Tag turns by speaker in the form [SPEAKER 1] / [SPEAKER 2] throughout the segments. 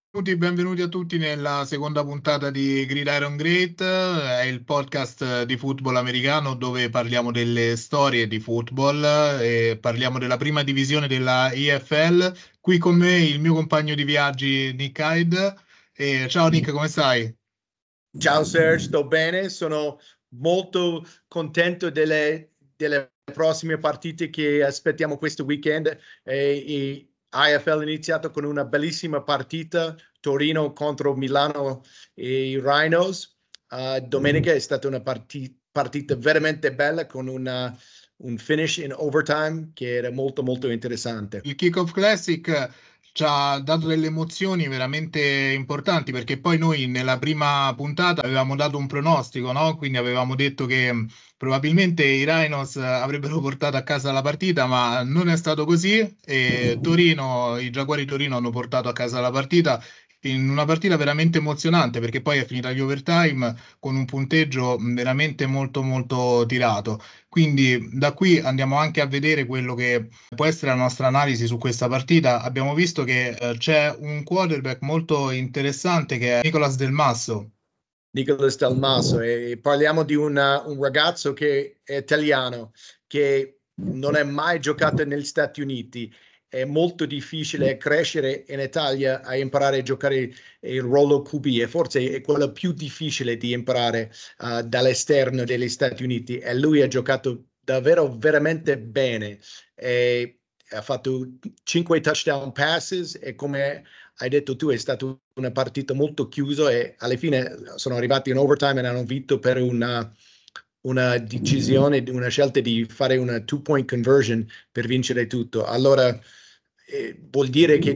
[SPEAKER 1] Benvenuti a tutti nella seconda puntata di Gridiron Great, è il podcast di football americano dove parliamo delle storie di football e parliamo della prima divisione della EFL. Qui con me il mio compagno di viaggi Nick Hyde. Ciao Nick, come stai?
[SPEAKER 2] Ciao Serge, sto bene, sono molto contento delle prossime partite che aspettiamo questo weekend. IFL è iniziato con una bellissima partita, Torino contro Milano e i Rhinos. Domenica è stata una partita veramente bella con un finish in overtime che era molto molto interessante.
[SPEAKER 1] Il Kickoff Classic ci ha dato delle emozioni veramente importanti perché poi noi nella prima puntata avevamo dato un pronostico, no? Quindi avevamo detto che probabilmente i Rhinos avrebbero portato a casa la partita, ma non è stato così e Torino, i Giaguari Torino hanno portato a casa la partita in una partita veramente emozionante perché poi è finita gli overtime con un punteggio veramente molto molto tirato. Quindi da qui andiamo anche a vedere quello che può essere la nostra analisi su questa partita. Abbiamo visto che c'è un quarterback molto interessante che è Nicolas Del Masso.
[SPEAKER 2] Nicolas Del Maso e parliamo di un ragazzo che è italiano, che non è mai giocato negli Stati Uniti. È molto difficile crescere in Italia a imparare a giocare il ruolo QB e forse è quello più difficile di imparare dall'esterno degli Stati Uniti e lui ha giocato davvero veramente bene e ha fatto 5 touchdown passes e come hai detto tu, è stata una partita molto chiusa e alla fine sono arrivati in overtime e hanno vinto per una decisione, una scelta di fare una two-point conversion per vincere tutto. Allora, vuol dire che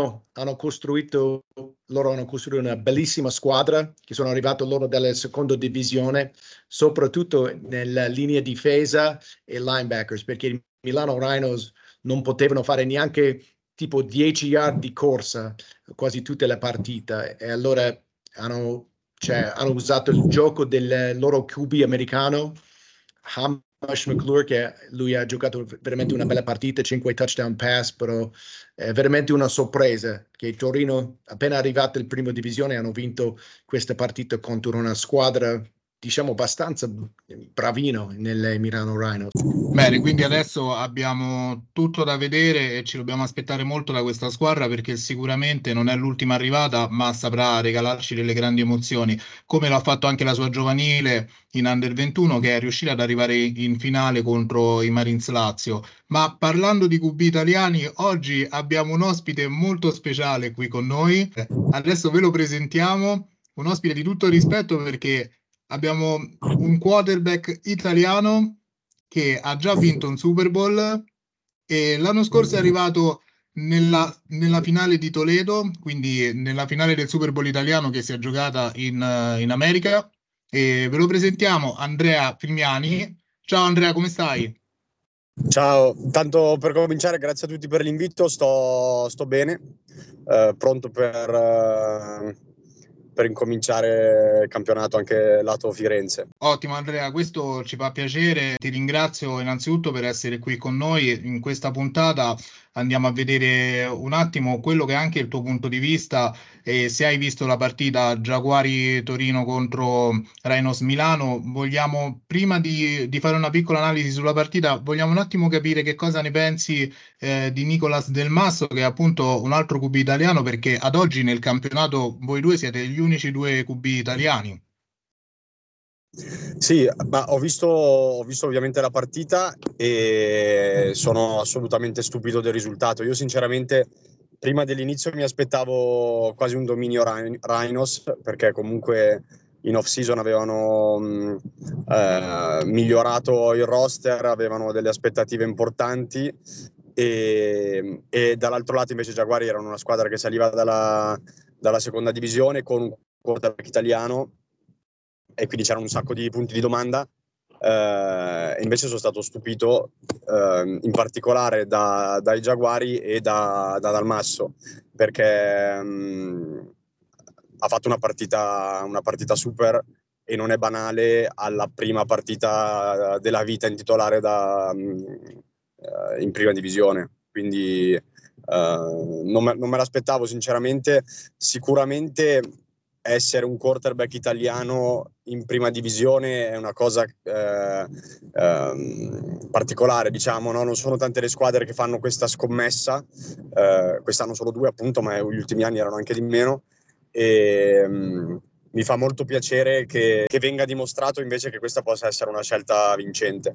[SPEAKER 2] loro hanno costruito una bellissima squadra, che sono arrivati loro dalla seconda divisione, soprattutto nella linea difesa e linebackers, perché i Milano Rhinos non potevano fare neanche tipo 10 yard di corsa quasi tutte le partite e allora hanno usato il gioco del loro QB americano, Hamish McClure, che lui ha giocato veramente una bella partita, 5 touchdown pass, però è veramente una sorpresa che Torino, appena arrivato in prima divisione, hanno vinto questa partita contro una squadra, diciamo, abbastanza bravino nelle Milano Rhinos.
[SPEAKER 1] Bene, quindi adesso abbiamo tutto da vedere e ci dobbiamo aspettare molto da questa squadra perché sicuramente non è l'ultima arrivata, ma saprà regalarci delle grandi emozioni, come l'ha fatto anche la sua giovanile in Under 21 che è riuscita ad arrivare in finale contro i Marines Lazio. Ma parlando di QB italiani, oggi abbiamo un ospite molto speciale qui con noi. Adesso ve lo presentiamo, un ospite di tutto rispetto perché abbiamo un quarterback italiano che ha già vinto un Super Bowl e l'anno scorso è arrivato nella finale di Toledo, quindi nella finale del Super Bowl italiano che si è giocata in America. E ve lo presentiamo, Andrea Filmiani. Ciao Andrea, come stai?
[SPEAKER 3] Ciao, tanto per cominciare, grazie a tutti per l'invito, sto bene, pronto per incominciare il campionato anche lato Firenze.
[SPEAKER 1] Ottimo Andrea, questo ci fa piacere. Ti ringrazio innanzitutto per essere qui con noi. In questa puntata andiamo a vedere un attimo quello che è anche il tuo punto di vista e se hai visto la partita Giaguari Torino contro Rhinos Milano. Vogliamo, prima di fare una piccola analisi sulla partita, vogliamo un attimo capire che cosa ne pensi di Nicolas Del Masso, che è appunto un altro QB italiano, perché ad oggi nel campionato voi due siete gli unici due QB italiani.
[SPEAKER 3] Sì, ma ho visto ovviamente la partita e sono assolutamente stupito del risultato. Io sinceramente prima dell'inizio mi aspettavo quasi un dominio Rhinos perché comunque in off-season avevano migliorato il roster, avevano delle aspettative importanti e dall'altro lato invece i Giaguari erano una squadra che saliva dalla seconda divisione con un quarterback italiano e quindi c'erano un sacco di punti di domanda. Invece sono stato stupito in particolare dai Giaguari e da Dalmasso perché ha fatto una partita super e non è banale alla prima partita della vita in titolare in prima divisione, quindi Non me l'aspettavo sinceramente. Sicuramente essere un quarterback italiano in prima divisione è una cosa particolare, diciamo, no? Non sono tante le squadre che fanno questa scommessa, quest'anno solo 2 appunto, ma gli ultimi anni erano anche di meno, e mi fa molto piacere che venga dimostrato invece che questa possa essere una scelta vincente.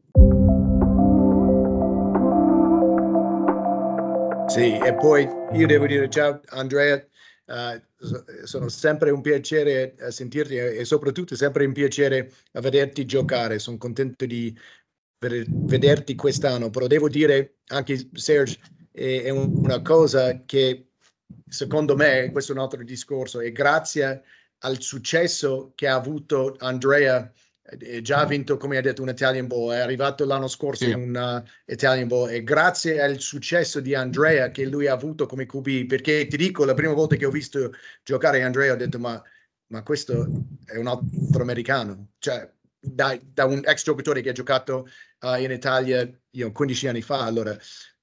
[SPEAKER 2] Sì, e poi io devo dire ciao Andrea, sono sempre un piacere sentirti e soprattutto sempre un piacere vederti giocare. Sono contento di vederti quest'anno, però devo dire anche Serge, è una cosa che secondo me, questo è un altro discorso, e grazie al successo che ha avuto Andrea, già ha vinto, come hai detto, un Italian Bowl, è arrivato l'anno scorso in
[SPEAKER 1] Sì.
[SPEAKER 2] un Italian Bowl, e grazie al successo di Andrea che lui ha avuto come QB, perché ti dico, la prima volta che ho visto giocare Andrea ho detto, ma questo è un altro americano, cioè da un ex giocatore che ha giocato in Italia 15 anni fa. Allora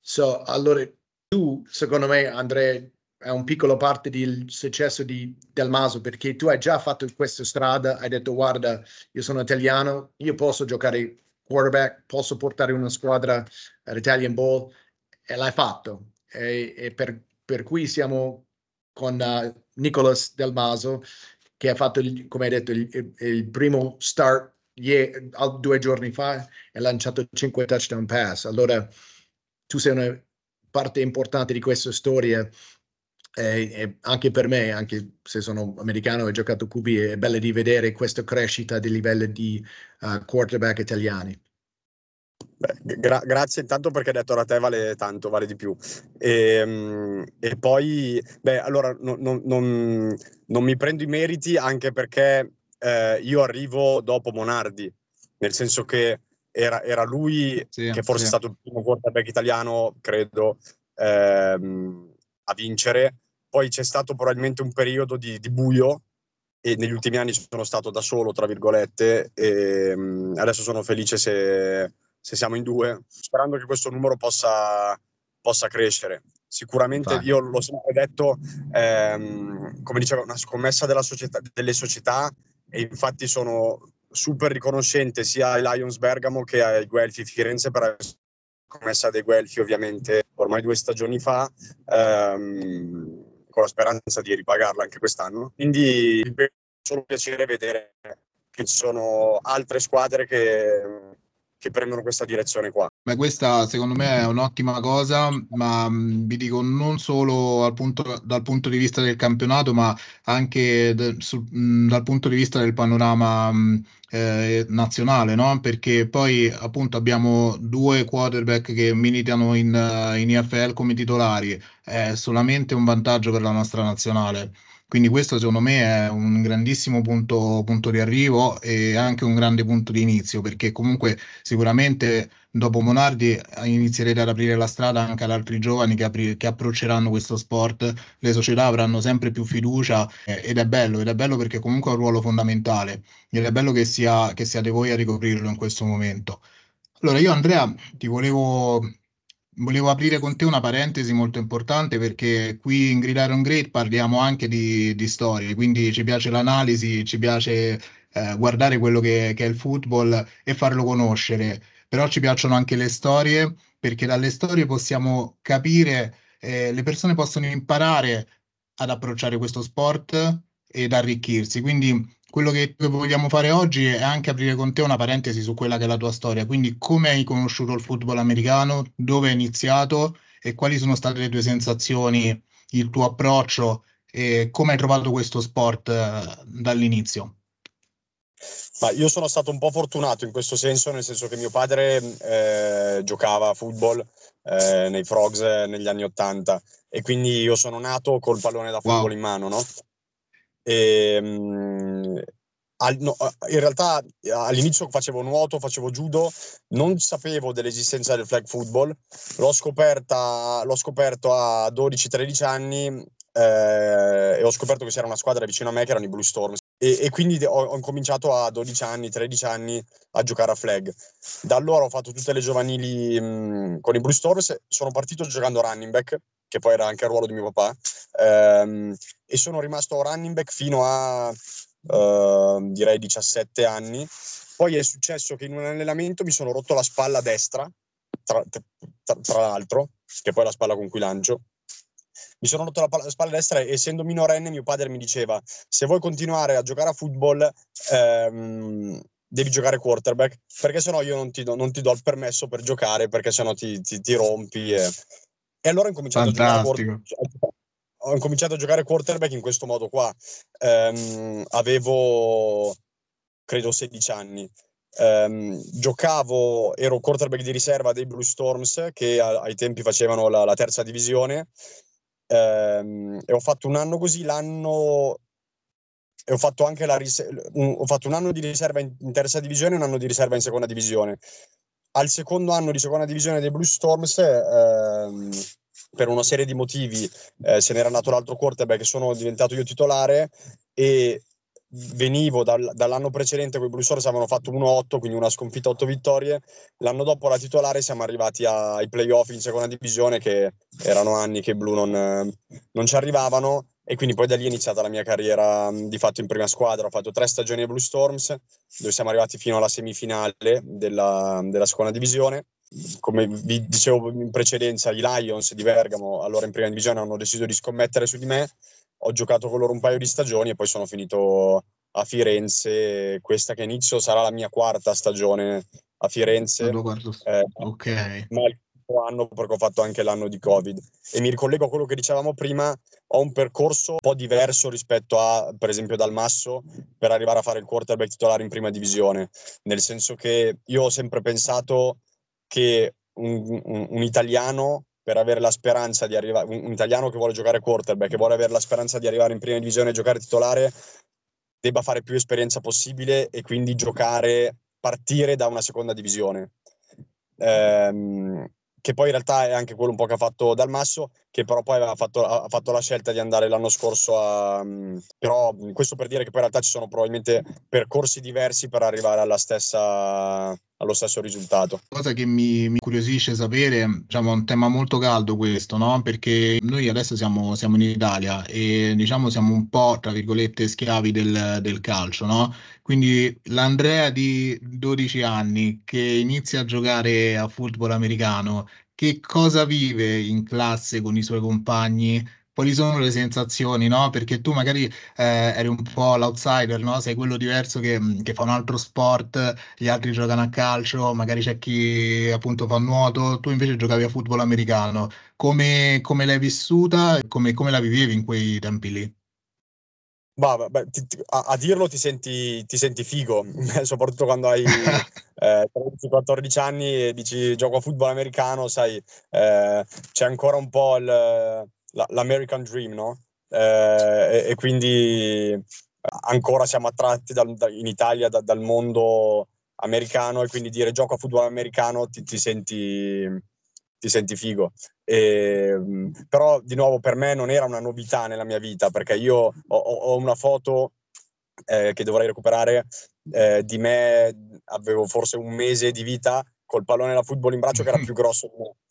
[SPEAKER 2] tu, secondo me, Andrea, è un piccolo parte del successo di Del Maso, perché tu hai già fatto questa strada, hai detto guarda, io sono italiano, io posso giocare quarterback, posso portare una squadra all'Italian Bowl, e l'hai fatto. E per cui siamo con Nicolas Del Maso, che ha fatto, come hai detto, il primo start 2 giorni fa e ha lanciato 5 touchdown pass. Allora tu sei una parte importante di questa storia, e anche per me, anche se sono americano e ho giocato QB, è bello di vedere questa crescita di livello di quarterback italiani.
[SPEAKER 3] Beh, grazie intanto, perché detto da te vale tanto, vale di più. E poi, beh, allora non mi prendo i meriti, anche perché io arrivo dopo Monardi, nel senso che era lui
[SPEAKER 1] Sì,
[SPEAKER 3] che forse è
[SPEAKER 1] sì.
[SPEAKER 3] stato il primo quarterback italiano, credo, a vincere. Poi c'è stato probabilmente un periodo di buio, e negli ultimi anni sono stato da solo, tra virgolette, e adesso sono felice se siamo in 2, sperando che questo numero possa crescere. Sicuramente,
[SPEAKER 1] Infatti.
[SPEAKER 3] io l'ho sempre detto, come dicevo, una scommessa delle società, e infatti sono super riconoscente sia ai Lions Bergamo che ai Guelfi Firenze per aver scommessa dei Guelfi, ovviamente ormai 2 stagioni fa, con la speranza di ripagarla anche quest'anno. Quindi è solo un piacere vedere che ci sono altre squadre che prendono questa direzione qua.
[SPEAKER 1] Beh, questa secondo me è un'ottima cosa, ma vi dico non solo dal punto di vista del campionato, ma anche dal punto di vista del panorama nazionale, no? Perché poi appunto abbiamo 2 quarterback che militano in IFL come titolari, è solamente un vantaggio per la nostra nazionale. Quindi questo secondo me è un grandissimo punto di arrivo e anche un grande punto di inizio, perché comunque sicuramente dopo Monardi inizierete ad aprire la strada anche ad altri giovani che approcceranno questo sport, le società avranno sempre più fiducia, ed è bello perché comunque è un ruolo fondamentale ed è bello che siate voi a ricoprirlo in questo momento. Allora io Andrea volevo aprire con te una parentesi molto importante, perché qui in Gridiron Great parliamo anche di storie, quindi ci piace l'analisi, ci piace guardare quello che è il football e farlo conoscere, però ci piacciono anche le storie, perché dalle storie possiamo capire, le persone possono imparare ad approcciare questo sport ed arricchirsi. Quindi quello che vogliamo fare oggi è anche aprire con te una parentesi su quella che è la tua storia. Quindi come hai conosciuto il football americano, dove hai iniziato e quali sono state le tue sensazioni, il tuo approccio e come hai trovato questo sport dall'inizio.
[SPEAKER 3] Ma io sono stato un po' fortunato in questo senso, nel senso che mio padre giocava a football nei Frogs negli anni '80, e quindi io sono nato col pallone da football
[SPEAKER 1] Wow.
[SPEAKER 3] in mano, no? E, no, in realtà all'inizio facevo nuoto, facevo judo, non sapevo dell'esistenza del flag football, l'ho scoperto a 12-13 anni, e ho scoperto che c'era una squadra vicino a me che erano i Blue Storms, e quindi ho cominciato a 12 anni, 13 anni a giocare a flag. Da allora ho fatto tutte le giovanili con i Blue Storms, sono partito giocando running back, che poi era anche il ruolo di mio papà, e sono rimasto running back fino a direi 17 anni. Poi è successo che in un allenamento mi sono rotto la spalla destra, tra l'altro, che poi è la spalla con cui lancio. Mi sono rotto la spalla destra e, essendo minorenne, mio padre mi diceva: se vuoi continuare a giocare a football, devi giocare quarterback, perché sennò io non ti do il permesso per giocare, perché sennò ti rompi. E allora ho incominciato a giocare
[SPEAKER 1] Fantastico.
[SPEAKER 3] ho incominciato a giocare quarterback in questo modo qua. Avevo credo 16 anni. Ero quarterback di riserva dei Blue Storms, che ai tempi facevano la terza divisione, e ho fatto un anno così, e ho fatto anche ho fatto un anno di riserva in terza divisione e un anno di riserva in seconda divisione. Al secondo anno di seconda divisione dei Blue Storms, per una serie di motivi, se n'era andato l'altro quarterback, sono diventato io titolare, e venivo dall'anno precedente con i Blue Storms, avevano fatto 1-8, quindi una sconfitta, 8 vittorie. L'anno dopo la titolare siamo arrivati ai playoff in seconda divisione, che erano anni che i Blu non ci arrivavano, e quindi poi da lì è iniziata la mia carriera di fatto in prima squadra. Ho fatto 3 stagioni ai Blue Storms, dove siamo arrivati fino alla semifinale della seconda divisione. Come vi dicevo in precedenza, i Lions di Bergamo, allora in prima divisione, hanno deciso di scommettere su di me. Ho giocato con loro un paio di stagioni e poi sono finito a Firenze. Questa che inizio sarà la mia 4ª stagione a Firenze,
[SPEAKER 1] Ok.
[SPEAKER 3] ma il 4º anno, perché ho fatto anche l'anno di Covid. E mi ricollego a quello che dicevamo prima: ho un percorso un po' diverso rispetto a, per esempio, Dalmasso, per arrivare a fare il quarterback titolare in prima divisione, nel senso che io ho sempre pensato che un italiano, per avere la speranza di arrivare, un italiano che vuole giocare quarterback, che vuole avere la speranza di arrivare in prima divisione e giocare titolare, debba fare più esperienza possibile e quindi partire da una seconda divisione. Che poi in realtà è anche quello un po' che ha fatto Dalmasso, che però poi ha fatto la scelta di andare l'anno scorso però questo per dire che poi in realtà ci sono probabilmente percorsi diversi per arrivare allo stesso risultato.
[SPEAKER 1] Cosa che mi incuriosisce sapere, diciamo, è un tema molto caldo questo, no? Perché noi adesso siamo in Italia e, diciamo, siamo un po', tra virgolette, schiavi del calcio, no? Quindi l'Andrea di 12 anni che inizia a giocare a football americano, che cosa vive in classe con i suoi compagni? Quali sono le sensazioni, no? Perché tu magari eri un po' l'outsider, no? Sei quello diverso che fa un altro sport, gli altri giocano a calcio, magari c'è chi appunto fa nuoto, tu invece giocavi a football americano. Come l'hai vissuta e come la vivevi in quei tempi lì?
[SPEAKER 3] A dirlo ti senti figo, soprattutto quando hai 13-14 anni e dici gioco a football americano, sai, c'è ancora un po' l'American Dream, no? E quindi ancora siamo attratti in Italia dal mondo americano, e quindi dire gioco a football americano ti senti figo. Però di nuovo per me non era una novità nella mia vita, perché io ho una foto che dovrei recuperare, di me, avevo forse un mese di vita col pallone da football in braccio, che era più grosso di me.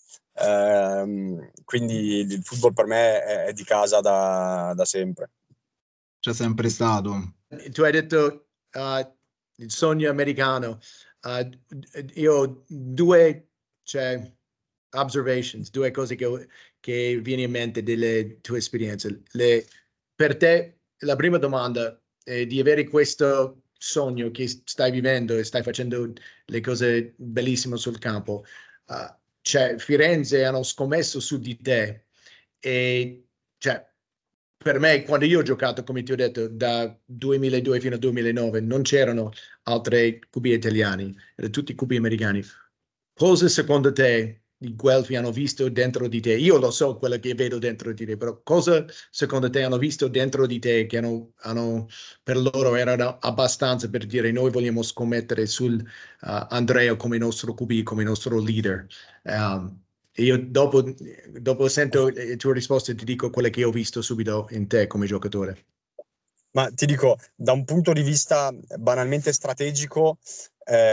[SPEAKER 3] Quindi il football per me è di casa da sempre.
[SPEAKER 1] C'è sempre stato.
[SPEAKER 2] Tu hai detto il sogno americano. Io ho due, cioè, observations, due cose che viene in mente delle tue esperienze. Per te, la prima domanda è di avere questo sogno che stai vivendo e stai facendo le cose bellissime sul campo. Cioè, Firenze hanno scommesso su di te e, cioè, per me, quando io ho giocato, come ti ho detto, da 2002 fino al 2009, non c'erano altri QB italiani, erano tutti QB americani. Cosa secondo te i Guelfi hanno visto dentro di te? Io lo so quello che vedo dentro di te, però cosa secondo te hanno visto dentro di te che per loro erano abbastanza per dire noi vogliamo scommettere sul Andrea come nostro QB, come nostro leader? Io dopo sento le tue risposte ti dico quelle che ho visto subito in te come giocatore.
[SPEAKER 3] Ma ti dico, da un punto di vista banalmente strategico,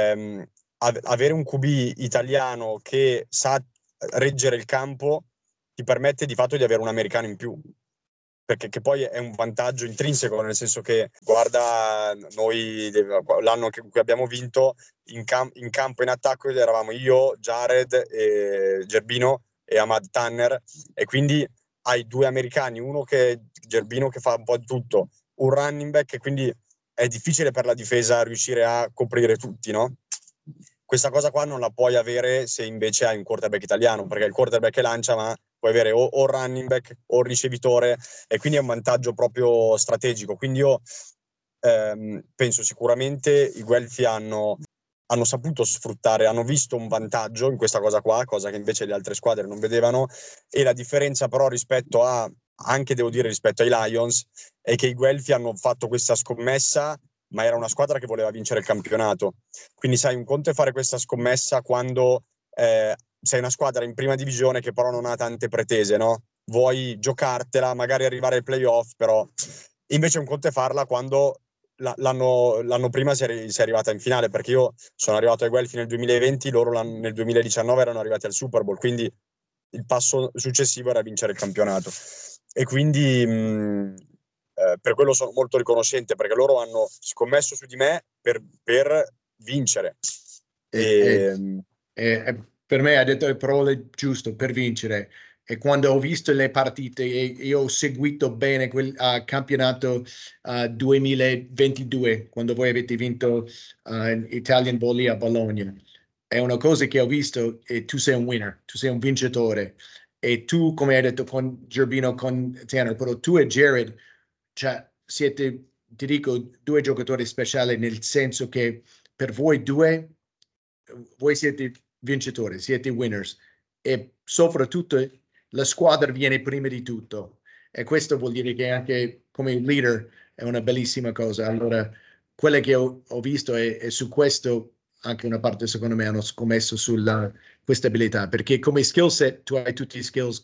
[SPEAKER 3] avere un QB italiano che sa reggere il campo ti permette di fatto di avere un americano in più, perché che poi è un vantaggio intrinseco, nel senso che guarda, noi l'anno in cui abbiamo vinto in campo in attacco eravamo io, Jared, e Gerbino e Ahmad Tanner, e quindi hai due americani, uno che è Gerbino che fa un po' di tutto, un running back, e quindi è difficile per la difesa riuscire a coprire tutti, no? Questa cosa qua non la puoi avere se invece hai un quarterback italiano, perché il quarterback che lancia, ma puoi avere o running back o ricevitore, e quindi è un vantaggio proprio strategico. Quindi io penso sicuramente i Guelfi hanno saputo sfruttare, hanno visto un vantaggio in questa cosa qua, cosa che invece le altre squadre non vedevano, e la differenza però rispetto anche devo dire rispetto ai Lions, è che i Guelfi hanno fatto questa scommessa, ma era una squadra che voleva vincere il campionato. Quindi sai, un conto è fare questa scommessa quando sei una squadra in prima divisione che però non ha tante pretese, no? Vuoi giocartela, magari arrivare ai playoff, però invece un conto è farla quando l'anno prima si è arrivata in finale, perché io sono arrivato ai Guelfi nel 2020, loro nel 2019 erano arrivati al Super Bowl, quindi il passo successivo era vincere il campionato. E quindi per quello sono molto riconoscente, perché loro hanno scommesso su di me per vincere.
[SPEAKER 2] Per me ha detto le parole giuste, per vincere. E quando ho visto le partite, io ho seguito bene quel campionato 2022, quando voi avete vinto Italian Bowl lì a Bologna. È una cosa che ho visto, e tu sei un winner, tu sei un vincitore. E tu, come hai detto con Gerbino, con Tanner, però tu e Jared, cioè, siete, ti dico, due giocatori speciali, nel senso che per voi due, voi siete vincitori, siete winners, e soprattutto la squadra viene prima di tutto, e questo vuol dire che anche come leader è una bellissima cosa. Allora, quelle che ho visto, e su questo anche una parte secondo me hanno scommesso sulla questa abilità, perché come skill set tu hai tutti i skills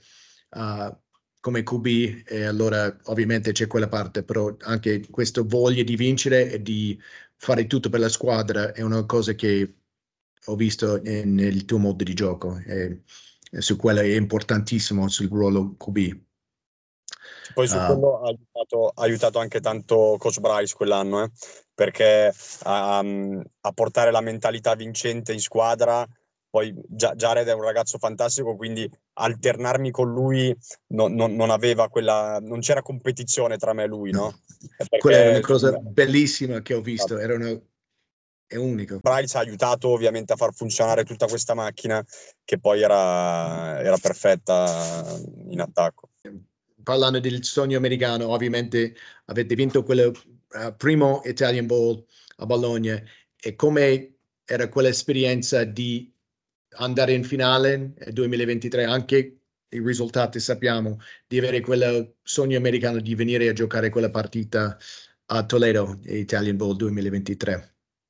[SPEAKER 2] come QB, e allora ovviamente c'è quella parte, però anche questa voglia di vincere e di fare tutto per la squadra è una cosa che ho visto nel tuo modo di gioco, e su quello è importantissimo sul ruolo QB.
[SPEAKER 3] Poi su quello ha aiutato anche tanto Coach Bryce quell'anno, perché a portare la mentalità vincente in squadra. Poi Jared è un ragazzo fantastico, quindi alternarmi con lui non aveva non c'era competizione tra me e lui, no?
[SPEAKER 2] Quella era una
[SPEAKER 3] Perché
[SPEAKER 2] cosa bellissima che ho visto, è unico.
[SPEAKER 3] Bryce ha aiutato ovviamente a far funzionare tutta questa macchina, che poi era perfetta in attacco.
[SPEAKER 2] Parlando del sogno americano, ovviamente avete vinto quello primo Italian Bowl a Bologna, e come era quell'esperienza di andare in finale nel 2023, anche i risultati sappiamo, di avere quel sogno americano di venire a giocare quella partita a Toledo, Italian Bowl 2023.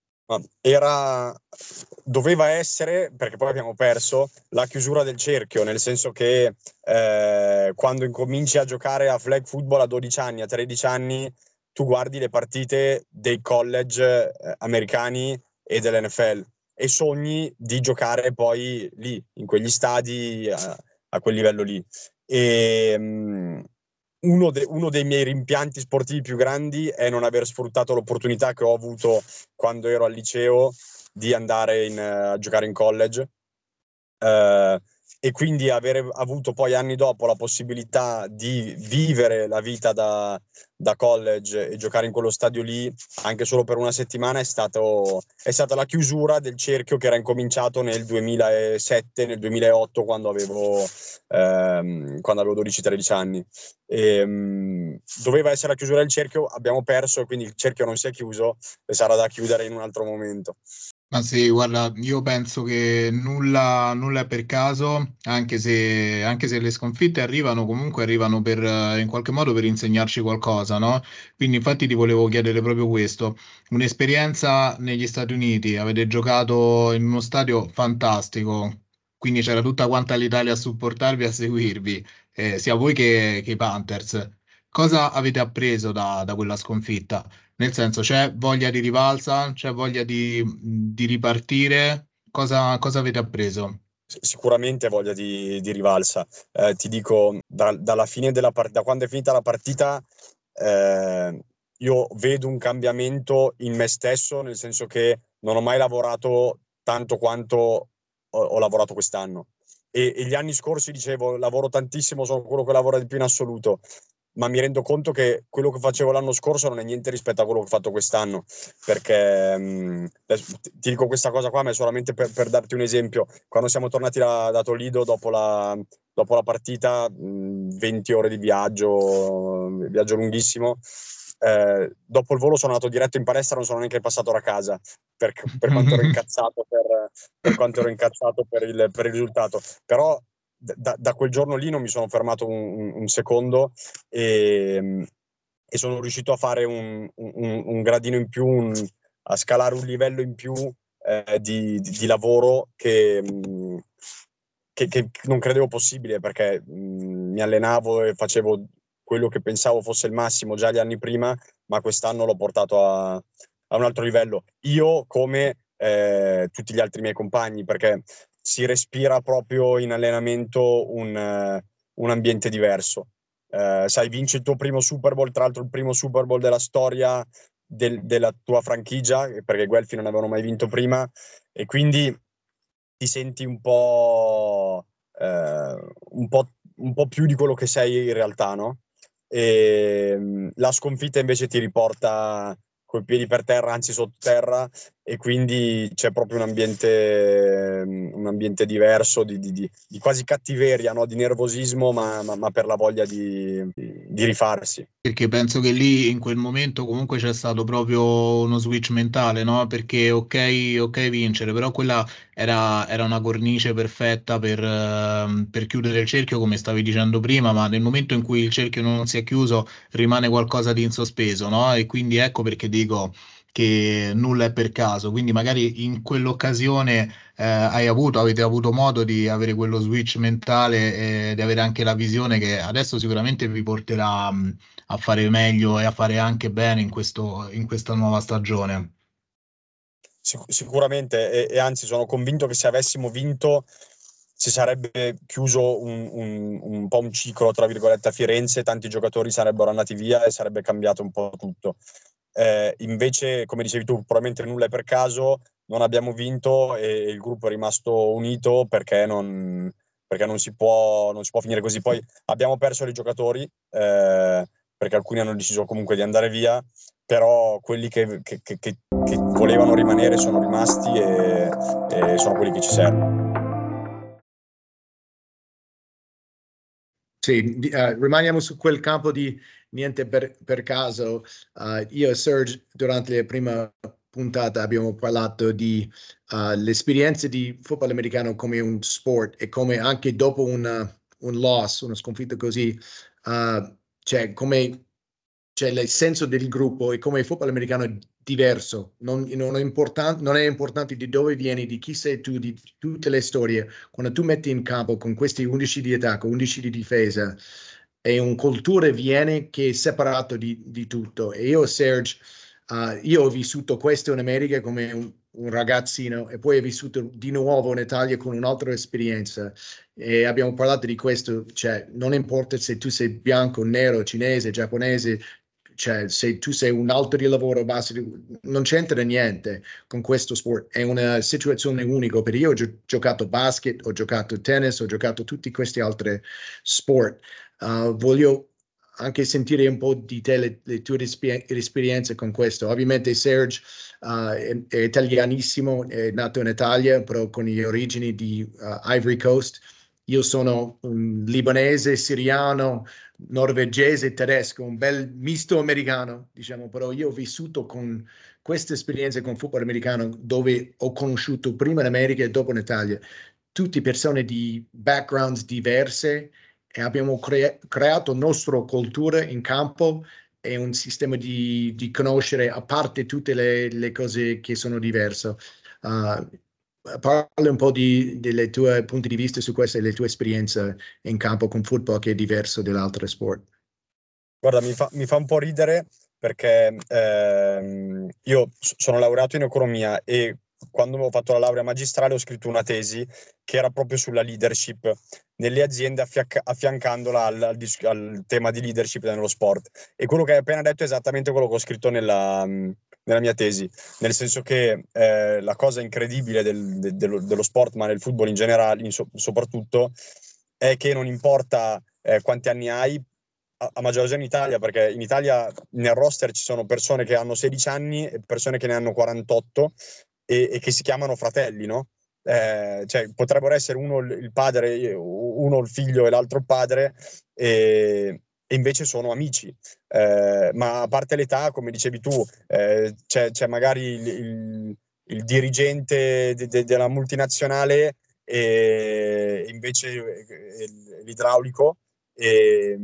[SPEAKER 3] Doveva essere, perché poi abbiamo perso, la chiusura del cerchio, nel senso che quando incominci a giocare a flag football a 12 anni, a 13 anni, tu guardi le partite dei college americani e dell'NFL e sogni di giocare poi lì, in quegli stadi, a quel livello lì. E uno dei miei rimpianti sportivi più grandi è non aver sfruttato l'opportunità che ho avuto quando ero al liceo di andare a giocare in college, e quindi avere avuto poi anni dopo la possibilità di vivere la vita da college e giocare in quello stadio lì anche solo per una settimana è stata la chiusura del cerchio che era incominciato nel 2007, nel 2008, quando avevo 12-13 anni. Doveva essere la chiusura del cerchio, abbiamo perso, quindi il cerchio non si è chiuso e sarà da chiudere in un altro momento.
[SPEAKER 1] Ma sì, guarda, io penso che nulla è per caso, anche se le sconfitte arrivano, comunque arrivano in qualche modo per insegnarci qualcosa, no? Quindi infatti ti volevo chiedere proprio questo. Un'esperienza negli Stati Uniti, avete giocato in uno stadio fantastico, quindi c'era tutta quanta l'Italia a supportarvi, a seguirvi, sia voi che i Panthers. Cosa avete appreso da quella sconfitta? Nel senso, c'è voglia di rivalsa, c'è voglia di ripartire. Cosa avete appreso?
[SPEAKER 3] sicuramente voglia di rivalsa. Ti dico, dalla fine della partita, da quando è finita la partita, io vedo un cambiamento in me stesso, nel senso che non ho mai lavorato tanto quanto ho lavorato quest'anno. E gli anni scorsi dicevo, lavoro tantissimo, sono quello che lavora di più in assoluto, ma mi rendo conto che quello che facevo l'anno scorso non è niente rispetto a quello che ho fatto quest'anno, perché ti dico questa cosa qua, ma è solamente per darti un esempio. Quando siamo tornati da Toledo dopo la partita, 20 ore di viaggio lunghissimo, dopo il volo sono andato diretto in palestra, non sono neanche passato a casa per quanto ero incazzato per quanto ero incazzato per il risultato. Però da quel giorno lì non mi sono fermato un secondo e sono riuscito a fare un gradino in più, a scalare un livello in più di lavoro che non credevo possibile, perché mi allenavo e facevo quello che pensavo fosse il massimo già gli anni prima, ma quest'anno l'ho portato a un altro livello. Io come tutti gli altri miei compagni, perché si respira proprio in allenamento un ambiente diverso. Sai, vinci il tuo primo Super Bowl, tra l'altro il primo Super Bowl della storia della tua franchigia, perché i Guelfi non avevano mai vinto prima, e quindi ti senti un po' più di quello che sei in realtà, no? E la sconfitta invece ti riporta coi piedi per terra, anzi sottoterra, e quindi c'è proprio un ambiente diverso di quasi cattiveria, no? Di nervosismo, ma per la voglia di rifarsi.
[SPEAKER 1] Perché penso che lì in quel momento comunque c'è stato proprio uno switch mentale, no? Perché ok vincere, però quella era una cornice perfetta per chiudere il cerchio, come stavi dicendo prima, ma nel momento in cui il cerchio non si è chiuso rimane qualcosa di in sospeso, no? E quindi ecco perché dico che nulla è per caso, quindi magari in quell'occasione avete avuto modo di avere quello switch mentale e di avere anche la visione che adesso sicuramente vi porterà a fare meglio e a fare anche bene in questa nuova stagione.
[SPEAKER 3] Sicuramente, e anzi sono convinto che se avessimo vinto si sarebbe chiuso un po' un ciclo, tra virgolette, a Firenze, tanti giocatori sarebbero andati via e sarebbe cambiato un po' tutto. Invece, come dicevi tu, probabilmente nulla è per caso, non abbiamo vinto e il gruppo è rimasto unito perché non si può finire così. Poi abbiamo perso dei giocatori, perché alcuni hanno deciso comunque di andare via, però quelli che volevano rimanere sono rimasti e sono quelli che ci servono.
[SPEAKER 2] Sì, rimaniamo su quel campo di niente per caso. Io e Serge durante la prima puntata abbiamo parlato di l'esperienza di football americano come un sport e come anche dopo un loss, una sconfitta così, cioè come c'è il senso del gruppo e come il football americano è diverso. Non è importante di dove vieni, di chi sei tu, di tutte le storie. Quando tu metti in campo con questi 11 di attacco, 11 di difesa, è un cultura viene che è separato di tutto. E io, Serge, io ho vissuto questo in America come un ragazzino e poi ho vissuto di nuovo in Italia con un'altra esperienza. E abbiamo parlato di questo, cioè non importa se tu sei bianco, nero, cinese, giapponese, cioè se tu sei un altro di lavoro basso, non c'entra niente con questo sport, è una situazione unica. Per io ho giocato basket, ho giocato tennis, ho giocato tutti questi altri sport. Voglio anche sentire un po' di te, le tue esperienze con questo. Ovviamente Serge è italianissimo, è nato in Italia, però con le origini di Ivory Coast. Io sono un libanese, siriano, norvegese, tedesco, un bel misto americano, diciamo, però io ho vissuto con queste esperienze con football americano dove ho conosciuto prima in America e dopo in Italia tutte persone di backgrounds diverse e abbiamo creato nostra cultura in campo e un sistema di conoscere a parte tutte le cose che sono diverse. Uh, Parla un po' delle tue punti di vista su queste, le tue esperienze in campo con football che è diverso dall'altro sport.
[SPEAKER 3] Guarda, mi fa un po' ridere perché io sono laureato in economia e quando avevo fatto la laurea magistrale ho scritto una tesi che era proprio sulla leadership nelle aziende, affiancandola al tema di leadership nello sport. E quello che hai appena detto è esattamente quello che ho scritto nella mia tesi, nel senso che la cosa incredibile dello sport, ma nel football in generale, soprattutto, è che non importa quanti anni hai, a maggior ragione in Italia, perché in Italia nel roster ci sono persone che hanno 16 anni e persone che ne hanno 48 e che si chiamano fratelli, no? Cioè, potrebbero essere uno il padre, uno il figlio e l'altro il padre, e invece sono amici. Ma a parte l'età, come dicevi tu, c'è magari il dirigente della multinazionale e invece l'idraulico, e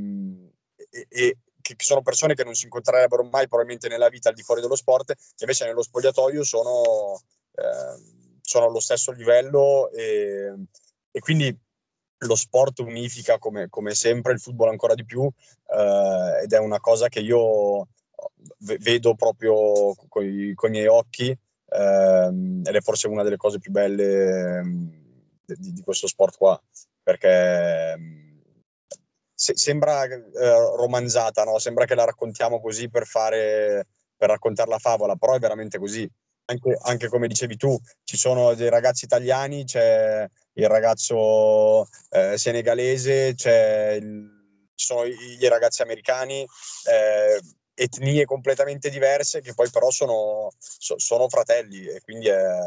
[SPEAKER 3] che sono persone che non si incontrerebbero mai probabilmente nella vita al di fuori dello sport, che invece nello spogliatoio sono allo stesso livello, e quindi lo sport unifica come sempre, il football ancora di più, ed è una cosa che io vedo proprio con i miei occhi, ed è forse una delle cose più belle di questo sport qua, perché sembra romanzata, no? Sembra che la raccontiamo così per raccontare la favola, però è veramente così. Anche come dicevi tu, ci sono dei ragazzi italiani, c'è il ragazzo senegalese, ci sono i ragazzi americani, etnie completamente diverse che poi però sono fratelli, e quindi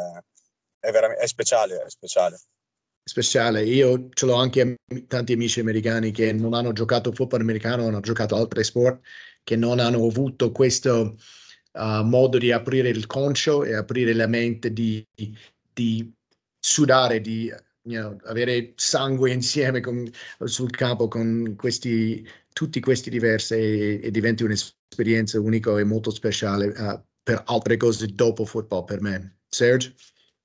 [SPEAKER 3] è speciale, è speciale.
[SPEAKER 2] Speciale. Io ce l'ho anche tanti amici americani che non hanno giocato football americano, hanno giocato altri sport, che non hanno avuto questo modo di aprire il conscio e aprire la mente, di sudare, di avere sangue insieme sul campo con tutti questi diversi, e diventi un'esperienza unica e molto speciale per altre cose dopo football per me. Serge?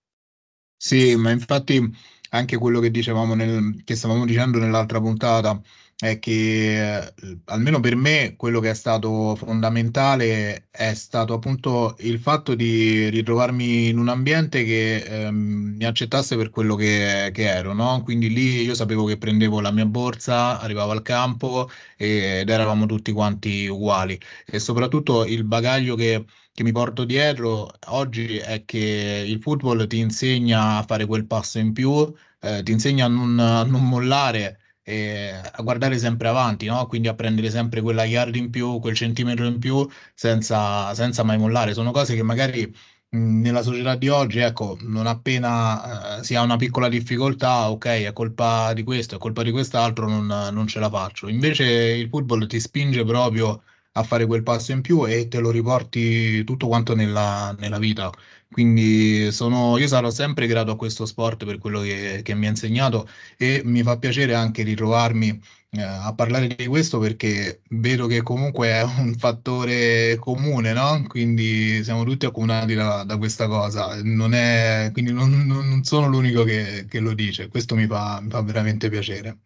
[SPEAKER 1] Sì, ma infatti anche quello che dicevamo che stavamo dicendo nell'altra puntata è che almeno per me quello che è stato fondamentale è stato appunto il fatto di ritrovarmi in un ambiente che mi accettasse per quello che ero, no? Quindi lì io sapevo che prendevo la mia borsa, arrivavo al campo ed eravamo tutti quanti uguali, e soprattutto il bagaglio che mi porto dietro oggi è che il football ti insegna a fare quel passo in più, ti insegna a non mollare e a guardare sempre avanti, no? Quindi a prendere sempre quella yard in più, quel centimetro in più, senza mai mollare. Sono cose che magari nella società di oggi, ecco, non appena si ha una piccola difficoltà, ok, è colpa di questo, è colpa di quest'altro, non ce la faccio. Invece il football ti spinge proprio a fare quel passo in più e te lo riporti tutto quanto nella vita. Quindi io sarò sempre grato a questo sport per quello che mi ha insegnato, e mi fa piacere anche ritrovarmi a parlare di questo perché vedo che comunque è un fattore comune, no? Quindi siamo tutti accomunati da questa cosa. Quindi non sono l'unico che lo dice. Questo mi fa veramente piacere.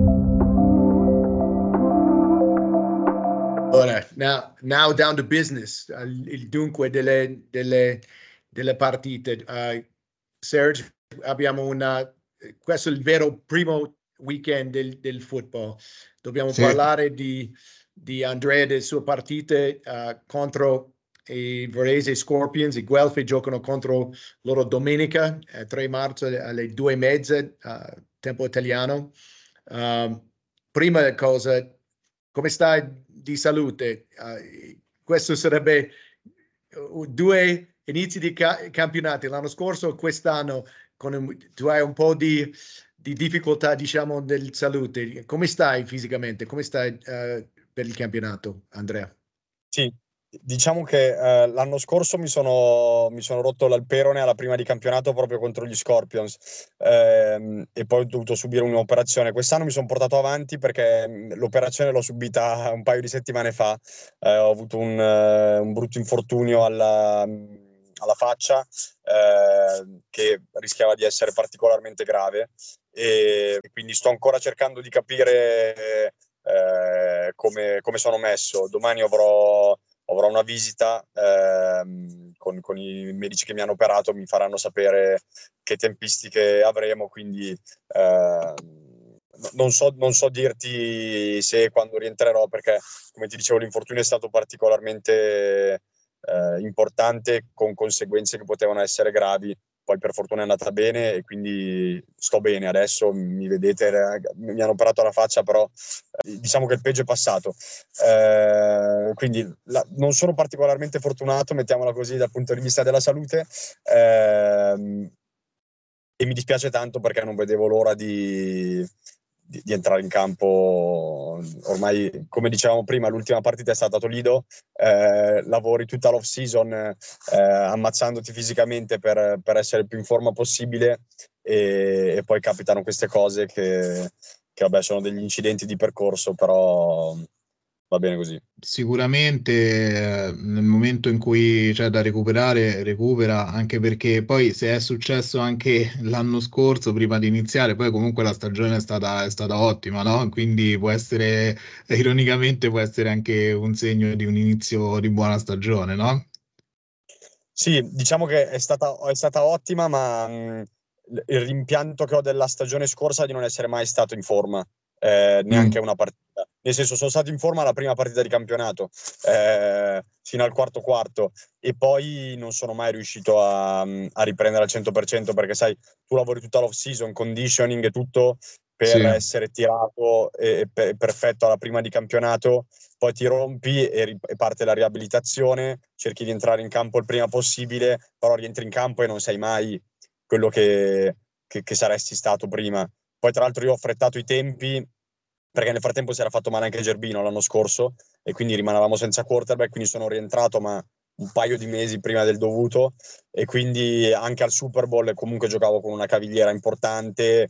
[SPEAKER 2] Ora, now down to business, il dunque delle partite. Serge, questo è il vero primo weekend del football. Dobbiamo
[SPEAKER 1] Sì.
[SPEAKER 2] parlare di Andrea e delle sue partite contro i Varese Scorpions. I Guelfi giocano contro loro domenica, 3 marzo alle 2:30, tempo italiano. Prima cosa, come stai di salute? Questo sarebbe due inizi di campionati, l'anno scorso o quest'anno, tu hai un po' di difficoltà, diciamo, del salute. Come stai fisicamente? Come stai per il campionato, Andrea?
[SPEAKER 3] Sì, diciamo che l'anno scorso mi sono rotto l'alperone alla prima di campionato proprio contro gli Scorpions, e poi ho dovuto subire un'operazione. Quest'anno mi sono portato avanti perché l'operazione l'ho subita un paio di settimane fa. Ho avuto un brutto infortunio alla faccia, che rischiava di essere particolarmente grave, e quindi sto ancora cercando di capire come sono messo. Domani avrò una visita con i medici che mi hanno operato mi faranno sapere che tempistiche avremo, quindi non so dirti se e quando rientrerò, perché come ti dicevo l'infortunio è stato particolarmente importante, con conseguenze che potevano essere gravi. Poi per fortuna è andata bene e quindi sto bene adesso, mi vedete, mi hanno operato alla faccia, però diciamo che il peggio è passato, quindi non sono particolarmente fortunato, mettiamola così, dal punto di vista della salute, e mi dispiace tanto perché non vedevo l'ora di entrare in campo. Ormai, come dicevamo prima, l'ultima partita è stata a Toledo, lavori tutta l'off season ammazzandoti fisicamente per essere il più in forma possibile, e poi capitano queste cose che vabbè, sono degli incidenti di percorso, però va bene così.
[SPEAKER 1] Sicuramente nel momento in cui c'è da recuperare, recupera, anche perché poi se è successo anche l'anno scorso, prima di iniziare, poi comunque la stagione è stata ottima, no? Quindi può essere, ironicamente, può essere anche un segno di un inizio di buona stagione, no?
[SPEAKER 3] Sì, diciamo che è stata ottima, ma il rimpianto che ho della stagione scorsa è di non essere mai stato in forma, neanche una partita. Nel senso, sono stato in forma alla prima partita di campionato, fino al quarto, e poi non sono mai riuscito a riprendere al 100%, perché sai, tu lavori tutta l'off season, conditioning e tutto per
[SPEAKER 1] Sì.
[SPEAKER 3] essere tirato e perfetto alla prima di campionato. Poi ti rompi e parte la riabilitazione, cerchi di entrare in campo il prima possibile, però rientri in campo e non sei mai quello che saresti stato prima. Poi tra l'altro io ho frettato i tempi, perché nel frattempo si era fatto male anche Gerbino l'anno scorso e quindi rimanevamo senza quarterback, quindi sono rientrato ma un paio di mesi prima del dovuto, e quindi anche al Super Bowl comunque giocavo con una cavigliera importante,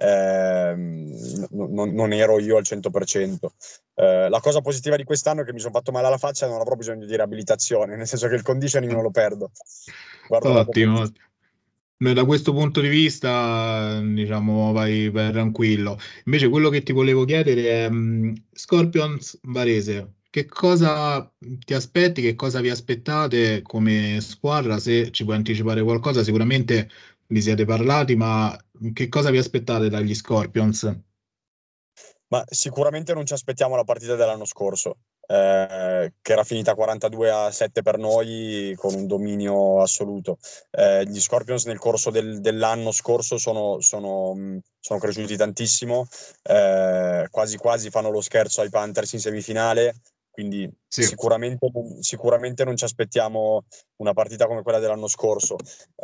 [SPEAKER 3] non ero io al 100%. La cosa positiva di quest'anno è che mi sono fatto male alla faccia e non avrò bisogno di riabilitazione, nel senso che il conditioning non lo perdo. Guardo lato
[SPEAKER 1] Ottimo.
[SPEAKER 3] positivo.
[SPEAKER 1] Noi da questo punto di vista, diciamo, vai tranquillo. Invece quello che ti volevo chiedere è Scorpions Varese, che cosa ti aspetti, che cosa vi aspettate come squadra? Se ci puoi anticipare qualcosa, sicuramente vi siete parlati, ma che cosa vi aspettate dagli Scorpions?
[SPEAKER 3] Ma sicuramente non ci aspettiamo la partita dell'anno scorso, che era finita 42-7 per noi, con un dominio assoluto. Gli Scorpions nel corso dell'anno scorso sono cresciuti tantissimo, quasi quasi fanno lo scherzo ai Panthers in semifinale, quindi
[SPEAKER 1] Sì.
[SPEAKER 3] sicuramente non ci aspettiamo una partita come quella dell'anno scorso.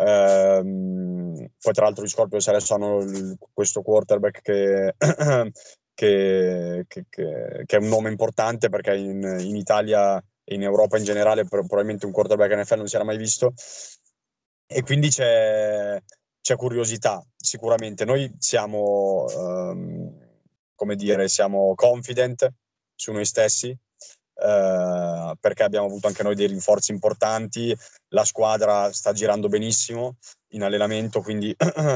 [SPEAKER 3] Poi tra l'altro gli Scorpions adesso hanno questo quarterback che è un nome importante, perché in Italia e in Europa in generale probabilmente un quarterback NFL non si era mai visto, e quindi c'è curiosità sicuramente. Noi siamo, come dire, siamo confident su noi stessi, perché abbiamo avuto anche noi dei rinforzi importanti, la squadra sta girando benissimo in allenamento, quindi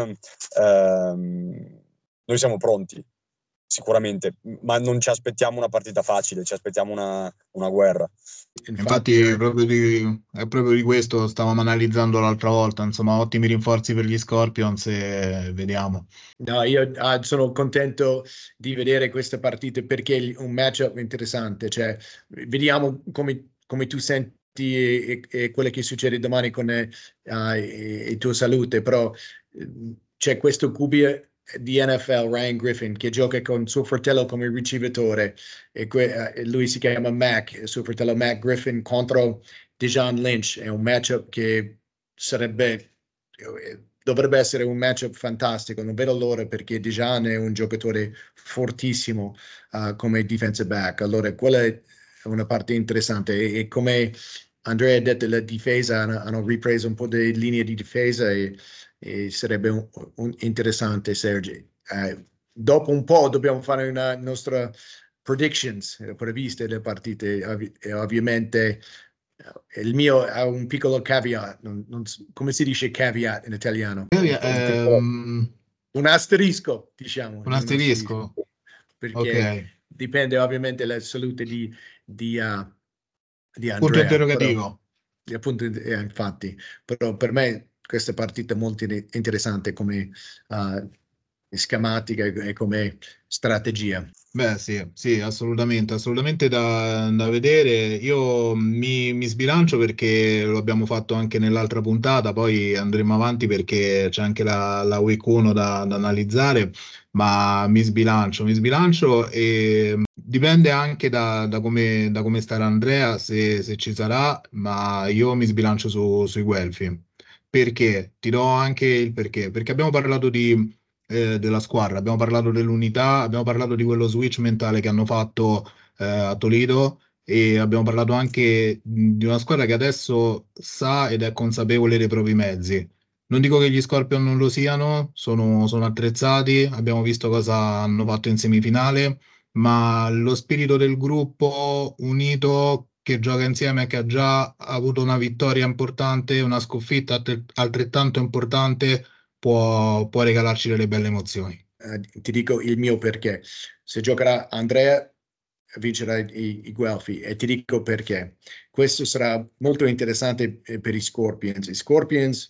[SPEAKER 3] noi siamo pronti sicuramente, ma non ci aspettiamo una partita facile, ci aspettiamo una guerra.
[SPEAKER 1] Infatti, è proprio di questo stavamo analizzando l'altra volta, insomma, ottimi rinforzi per gli Scorpions e vediamo.
[SPEAKER 2] No, io sono contento di vedere queste partite perché è un matchup interessante. Cioè, vediamo come tu senti e quello che succede domani con tua salute. Però c'è questo QB di NFL, Ryan Griffin, che gioca con suo fratello come ricevitore. Lui si chiama Mac, suo fratello Mac Griffin contro Dijon Lynch. È un matchup che dovrebbe essere un matchup fantastico. Non vedo l'ora, perché Dijon è un giocatore fortissimo come defensive back. Allora, quella è una parte interessante. E come Andrea ha detto, la difesa hanno ripreso un po' delle linee di difesa, e sarebbe interessante, Sergi. Dopo un po' dobbiamo fare una nostra predictions, previste delle partite, e ovviamente il mio ha un piccolo caveat. Come si dice caveat in italiano? Un asterisco, diciamo,
[SPEAKER 1] Un
[SPEAKER 2] un asterisco,
[SPEAKER 1] asterisco? Ok.
[SPEAKER 2] perché dipende ovviamente dalla salute di
[SPEAKER 1] Punto
[SPEAKER 2] Andrea, però
[SPEAKER 1] interrogativo.
[SPEAKER 2] appunto, infatti, però per me questa partita è molto interessante come schematica e come strategia.
[SPEAKER 1] Beh, sì, sì, assolutamente, assolutamente da vedere. Io mi sbilancio perché lo abbiamo fatto anche nell'altra puntata, poi andremo avanti perché c'è anche la week 1 da analizzare, ma mi sbilancio e dipende anche da come starà Andrea, se ci sarà, ma io mi sbilancio sui Guelfi. Perché? Ti do anche il perché. Perché abbiamo parlato della squadra, abbiamo parlato dell'unità, abbiamo parlato di quello switch mentale che hanno fatto a Toledo e abbiamo parlato anche di una squadra che adesso sa ed è consapevole dei propri mezzi. Non dico che gli Scorpion non lo siano, sono attrezzati, abbiamo visto cosa hanno fatto in semifinale, ma lo spirito del gruppo unito che gioca insieme, che ha già avuto una vittoria importante, una sconfitta altrettanto importante, può regalarci delle belle emozioni.
[SPEAKER 2] Ti dico il mio perché. Se giocherà Andrea, vincerà i Guelfi e ti dico perché. Questo sarà molto interessante per i Scorpions. I Scorpions,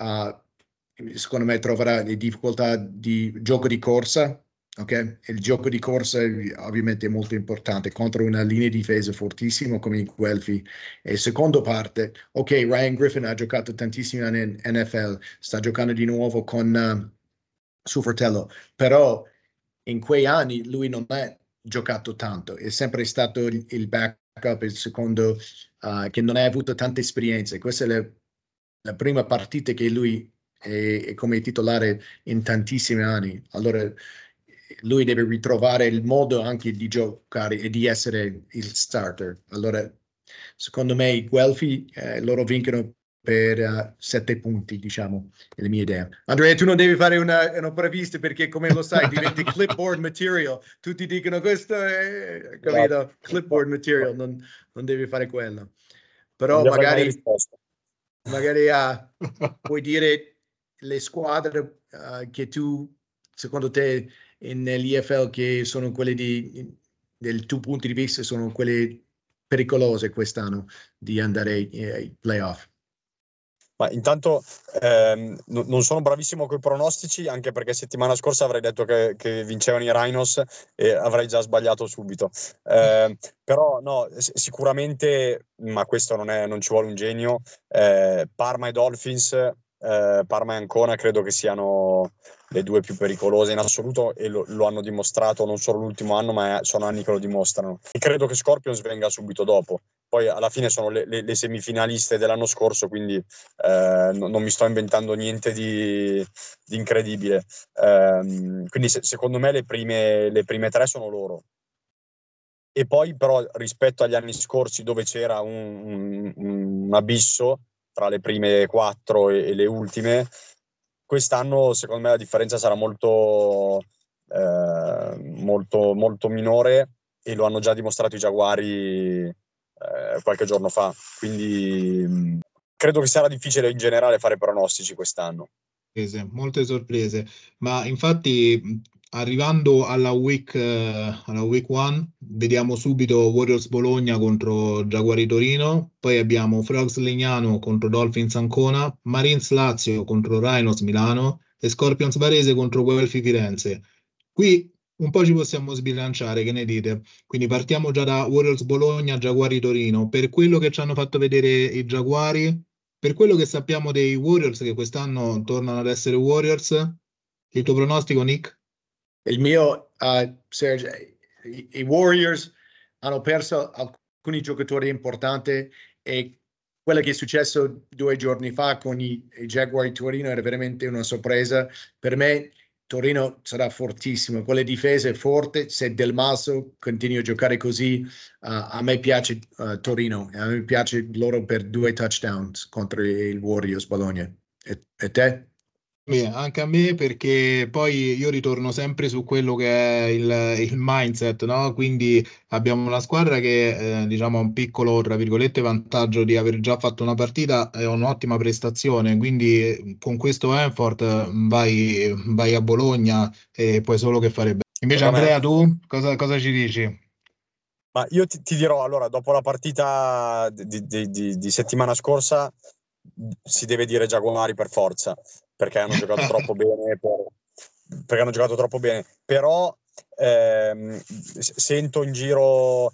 [SPEAKER 2] secondo me, troverà le difficoltà di gioco di corsa. Ok? Il gioco di corsa ovviamente è molto importante contro una linea di difesa fortissima come i Guelfi. E secondo parte, ok, Ryan Griffin ha giocato tantissimi anni in NFL, sta giocando di nuovo con suo fratello, però in quei anni lui non ha giocato tanto, è sempre stato il backup, il secondo, che non ha avuto tante esperienze. Questa è la prima partita che lui è come titolare in tantissimi anni. Allora lui deve ritrovare il modo anche di giocare e di essere il starter. Allora, secondo me, i Guelfi loro vincono per 7 punti, diciamo, è la mia idea. Andrea, tu non devi fare una prevista perché, come lo sai, diventi clipboard material. Tutti dicono questo è, capito? Clipboard material, non devi fare quello.
[SPEAKER 3] Non
[SPEAKER 2] Però
[SPEAKER 3] vi avrei mai
[SPEAKER 2] magari,
[SPEAKER 3] risposto.
[SPEAKER 2] magari puoi dire le squadre che tu, secondo te, nell'IFL che sono quelle del tuo punto di vista, sono quelle pericolose quest'anno di andare ai playoff.
[SPEAKER 3] Ma intanto non sono bravissimo con i pronostici, anche perché settimana scorsa avrei detto che vincevano i Rhinos e avrei già sbagliato subito. Però no, sicuramente, ma questo non ci vuole un genio, Parma e Dolphins, Parma e Ancona credo che siano le due più pericolose in assoluto e lo hanno dimostrato non solo l'ultimo anno, ma sono anni che lo dimostrano. E credo che Scorpions venga subito dopo. Poi alla fine sono le semifinaliste dell'anno scorso, quindi non mi sto inventando niente di incredibile. Quindi secondo me le prime tre sono loro. E poi però rispetto agli anni scorsi dove c'era un abisso tra le prime quattro e le ultime, quest'anno secondo me la differenza sarà molto minore e lo hanno già dimostrato i Giaguari qualche giorno fa. Quindi credo che sarà difficile in generale fare pronostici quest'anno.
[SPEAKER 1] Molte sorprese, ma infatti arrivando alla week 1 vediamo subito Warriors Bologna contro Jaguari Torino, poi abbiamo Frogs Legnano contro Dolphins Ancona, Marines Lazio contro Rhinos Milano e Scorpions Varese contro Guelfi Firenze. Qui un po' ci possiamo sbilanciare, che ne dite? Quindi partiamo già da Warriors Bologna, Jaguari Torino. Per quello che ci hanno fatto vedere i Jaguari, per quello che sappiamo dei Warriors, che quest'anno tornano ad essere Warriors, il tuo pronostico, Nick?
[SPEAKER 2] Il mio, Serge, i Warriors hanno perso alcuni giocatori importanti e quello che è successo 2 giorni fa con i Jaguar di Torino era veramente una sorpresa. Per me Torino sarà fortissimo, con le difese forte, se Del Maso continua a giocare così, a me piace Torino, a me piace loro per 2 touchdowns contro il Warriors Bologna. E te?
[SPEAKER 1] Anche a me perché poi io ritorno sempre su quello che è il mindset, no? Quindi abbiamo una squadra che diciamo ha un piccolo, tra virgolette, vantaggio di aver già fatto una partita e un'ottima prestazione, quindi con questo effort vai a Bologna e puoi solo che fare bene. Invece
[SPEAKER 3] Secondo me
[SPEAKER 1] Andrea, tu cosa ci dici?
[SPEAKER 3] Ma io ti dirò, allora, dopo la partita di settimana scorsa si deve dire Jaguari per forza, perché hanno giocato troppo bene, perché hanno giocato troppo bene. Però sento in giro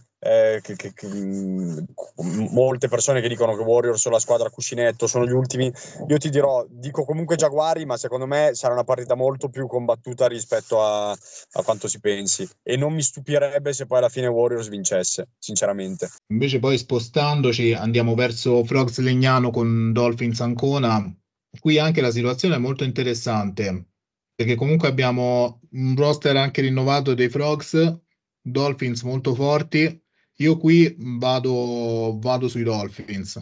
[SPEAKER 3] molte persone che dicono che Warriors sono la squadra cuscinetto, sono gli ultimi. Io ti dirò, dico comunque Jaguari, ma secondo me sarà una partita molto più combattuta rispetto a quanto si pensi, e non mi stupirebbe se poi alla fine Warriors vincesse, sinceramente.
[SPEAKER 1] Invece poi spostandoci andiamo verso Frogs Legnano con Dolphins Ancona. Qui anche la situazione è molto interessante, perché comunque abbiamo un roster anche rinnovato dei Frogs, Dolphins molto forti. Io qui vado sui Dolphins.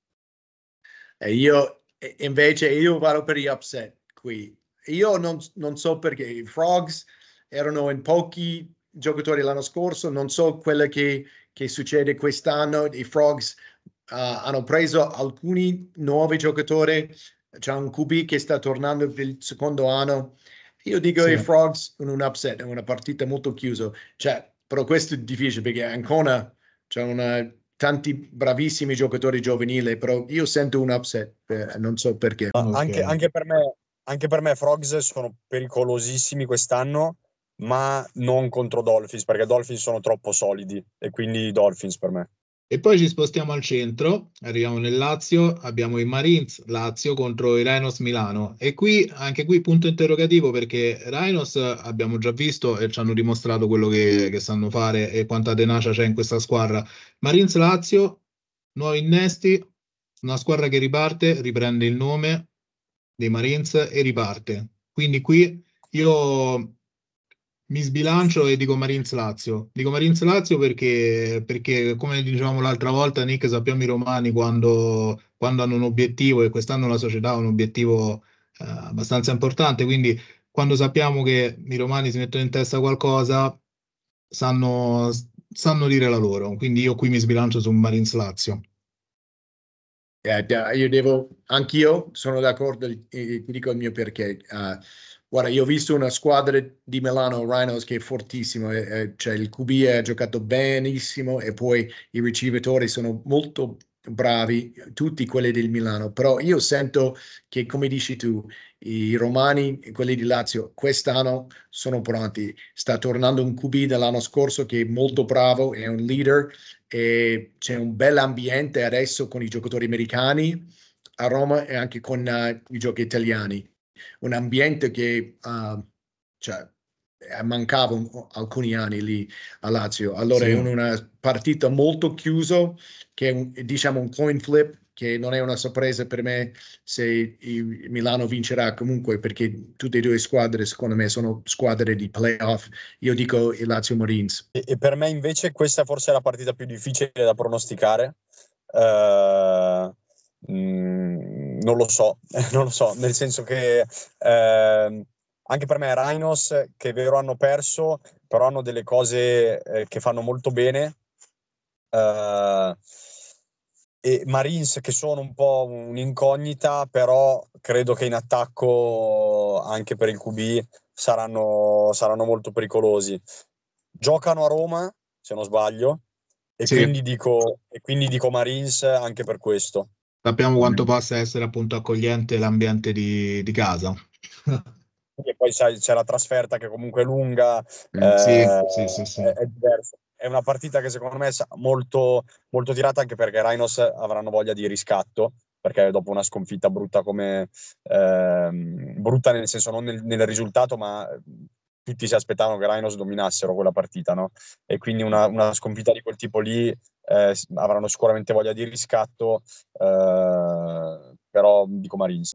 [SPEAKER 2] Invece io vado per gli upset qui. Io non so perché i Frogs erano in pochi giocatori l'anno scorso, non so quello che succede quest'anno. I Frogs hanno preso alcuni nuovi giocatori, c'è un QB che sta tornando per il secondo anno. Io dico
[SPEAKER 1] Sì.
[SPEAKER 2] i Frogs in un upset, è una partita molto chiusa. Cioè, però questo è difficile perché ancora c'è tanti bravissimi giocatori giovanili, però io sento un upset, non so perché.
[SPEAKER 3] Ma
[SPEAKER 1] Ok.
[SPEAKER 3] anche per me Frogs sono pericolosissimi quest'anno, ma non contro Dolphins, perché Dolphins sono troppo solidi, e quindi Dolphins per me.
[SPEAKER 1] E poi ci spostiamo al centro, arriviamo nel Lazio, abbiamo i Marines Lazio contro i Rhinos Milano e qui anche qui punto interrogativo perché Rhinos abbiamo già visto e ci hanno dimostrato quello che sanno fare e quanta tenacia c'è in questa squadra. Marines Lazio, nuovi innesti, una squadra che riparte, riprende il nome dei Marines e riparte. Quindi qui io mi sbilancio e dico Marines Lazio. Dico Marines Lazio perché, come dicevamo l'altra volta, Nick, sappiamo i romani quando hanno un obiettivo e quest'anno la società ha un obiettivo abbastanza importante, quindi quando sappiamo che i romani si mettono in testa qualcosa, sanno, sanno dire la loro. Quindi io qui mi sbilancio su Marines Lazio.
[SPEAKER 2] Anch'io sono d'accordo e ti dico il mio perché. Guarda, io ho visto una squadra di Milano Rhinos che è fortissima, cioè il QB ha giocato benissimo e poi i ricevitori sono molto bravi, tutti quelli del Milano, però io sento che, come dici tu, i romani e quelli di Lazio quest'anno sono pronti. Sta tornando un QB dell'anno scorso che è molto bravo, è un leader e c'è un bel ambiente adesso con i giocatori americani a Roma e anche con i giochi italiani. Un ambiente che cioè, mancava alcuni anni lì a Lazio. Allora è
[SPEAKER 1] Sì.
[SPEAKER 2] una partita molto chiusa, che è diciamo un coin flip, che non è una sorpresa per me se il Milano vincerà comunque, perché tutte e due squadre, secondo me, sono squadre di playoff. Io dico il Lazio Marines.
[SPEAKER 3] E per me invece questa forse è la partita più difficile da pronosticare. Eh, non lo so, non lo so, nel senso che anche per me Rhinos, che è vero hanno perso, però hanno delle cose che fanno molto bene. Eh, e Marines che sono un po' un'incognita, però credo che in attacco anche per il QB saranno molto pericolosi. Giocano a Roma, se non sbaglio,
[SPEAKER 1] Sì,
[SPEAKER 3] e quindi dico Marines anche per questo.
[SPEAKER 1] sappiamo quanto possa essere appunto accogliente l'ambiente di casa.
[SPEAKER 3] E poi sai, c'è la trasferta che comunque è lunga,
[SPEAKER 1] Sì, sì, sì, sì.
[SPEAKER 3] è diverso. È una partita che secondo me è molto, molto tirata, anche perché i Rhinos avranno voglia di riscatto, perché dopo una sconfitta brutta brutta nel senso non nel risultato, ma tutti si aspettavano che i Rhinos dominassero quella partita, no? E quindi una sconfitta di quel tipo lì avranno sicuramente voglia di riscatto, però dico Marines.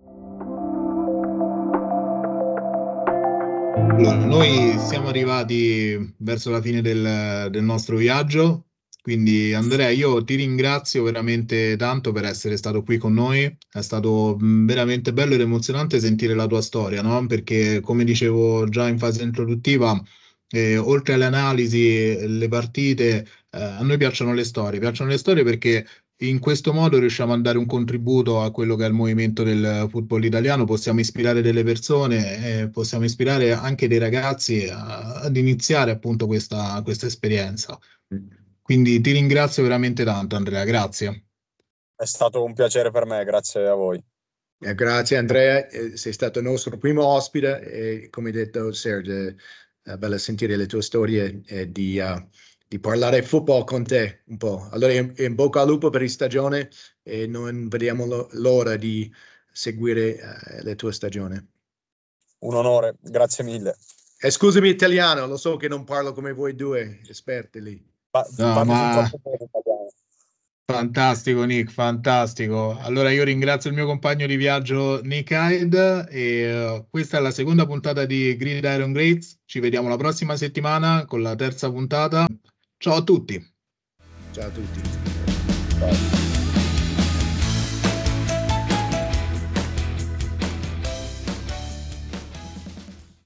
[SPEAKER 1] Allora, noi siamo arrivati verso la fine del nostro viaggio, quindi Andrea, io ti ringrazio veramente tanto per essere stato qui con noi. È stato veramente bello ed emozionante sentire la tua storia, no? Perché come dicevo già in fase introduttiva, oltre alle analisi, le partite, a noi piacciono le storie perché in questo modo riusciamo a dare un contributo a quello che è il movimento del football italiano, possiamo ispirare delle persone, possiamo ispirare anche dei ragazzi ad iniziare appunto questa esperienza. Quindi ti ringrazio veramente tanto, Andrea, grazie.
[SPEAKER 3] È stato un piacere per me, grazie a voi.
[SPEAKER 2] Grazie Andrea, sei stato il nostro primo ospite e come detto Sergio, è bello sentire le tue storie e di parlare football con te un po'. Allora in bocca al lupo per la stagione e non vediamo l'ora di seguire la tua stagione.
[SPEAKER 3] Un onore, grazie mille.
[SPEAKER 2] E scusami italiano, lo so che non parlo come voi due, esperti lì.
[SPEAKER 1] No,
[SPEAKER 3] Parli fin
[SPEAKER 1] ma
[SPEAKER 3] troppo bene italiano.
[SPEAKER 1] fantastico Nick, fantastico. Allora io ringrazio il mio compagno di viaggio Nick Hyde e questa è la seconda puntata di Gridiron Greats. Ci vediamo la prossima settimana con la terza puntata. Ciao a tutti.
[SPEAKER 2] Ciao a tutti.
[SPEAKER 3] Ciao.